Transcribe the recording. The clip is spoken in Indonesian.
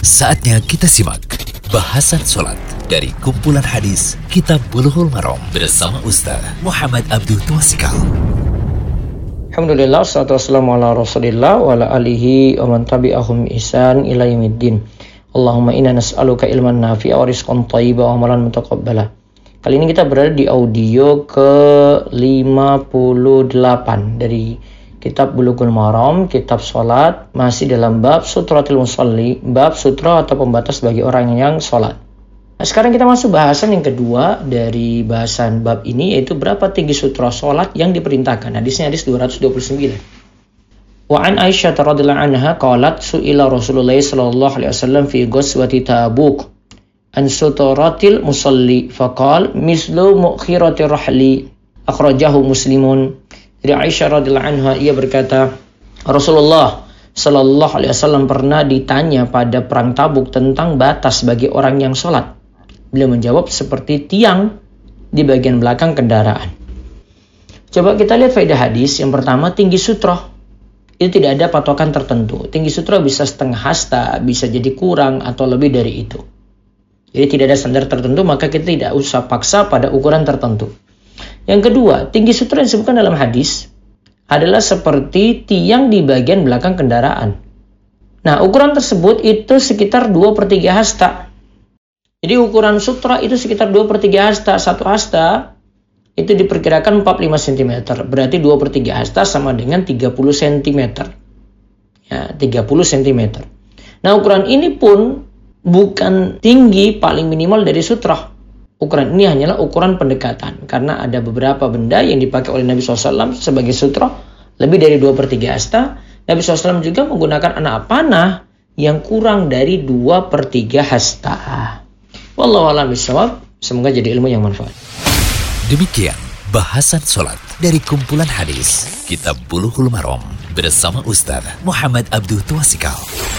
Saatnya kita simak bahasan sholat dari kumpulan hadis Kitab Bulughul Maram bersama Ustaz Muhammad Abdul Twasikal. Alhamdulillah, wassalatu wassalamu ala rasulillah wa ala alihi wa man tabi'ahum ihsan ila yaumiddin. Allahumma inna nas'aluka ilman nafi'a wa rizqan thayyiban wa amalan mutaqabbala. Kali ini kita berada di audio ke-58 dari Kitab Bulughul Maram, Kitab Salat, masih dalam bab sutratil musalli, bab sutra atau pembatas bagi orang yang salat. Nah, sekarang kita masuk bahasan yang kedua dari bahasan bab ini, yaitu berapa tinggi sutra salat yang diperintahkan. Hadisnya hadis 229. Wa an Aisyah radhiyallahu anha qalat su'ila Rasulullah sallallahu alaihi wasallam fi ghazwati Tabuk an sutratil musalli faqal mislu mu'khiratir rahli akhrajahu Muslimun. Dari Aisyah radhiyallahu anha, ia berkata, Rasulullah sallallahu alaihi wasallam pernah ditanya pada perang Tabuk tentang batas bagi orang yang sholat. Beliau menjawab seperti tiang di bagian belakang kendaraan. Coba kita lihat faedah hadis. Yang pertama, tinggi sutra. Itu tidak ada patokan tertentu. Tinggi sutra bisa setengah hasta, bisa jadi kurang atau lebih dari itu. Jadi tidak ada standar tertentu, maka kita tidak usah paksa pada ukuran tertentu. Yang kedua, tinggi sutra yang disebutkan dalam hadis adalah seperti tiang di bagian belakang kendaraan. Nah, ukuran tersebut itu sekitar 2/3 hasta. Jadi ukuran sutra itu sekitar 2/3 hasta. Satu hasta itu diperkirakan 45 cm. Berarti 2/3 hasta sama dengan 30 cm. Ya, 30 cm. Nah, ukuran ini pun bukan tinggi paling minimal dari sutra. Ukuran ini hanyalah ukuran pendekatan, karena ada beberapa benda yang dipakai oleh Nabi SAW sebagai sutra lebih dari 2/3 hasta. Nabi SAW juga menggunakan anak panah yang kurang dari 2/3 hasta. Wallahu a'lam bishawab. Semoga jadi ilmu yang manfaat. Demikian bahasan sholat dari kumpulan hadis Kitab Bulughul Maram bersama Ustaz Muhammad Abdul Twasikal.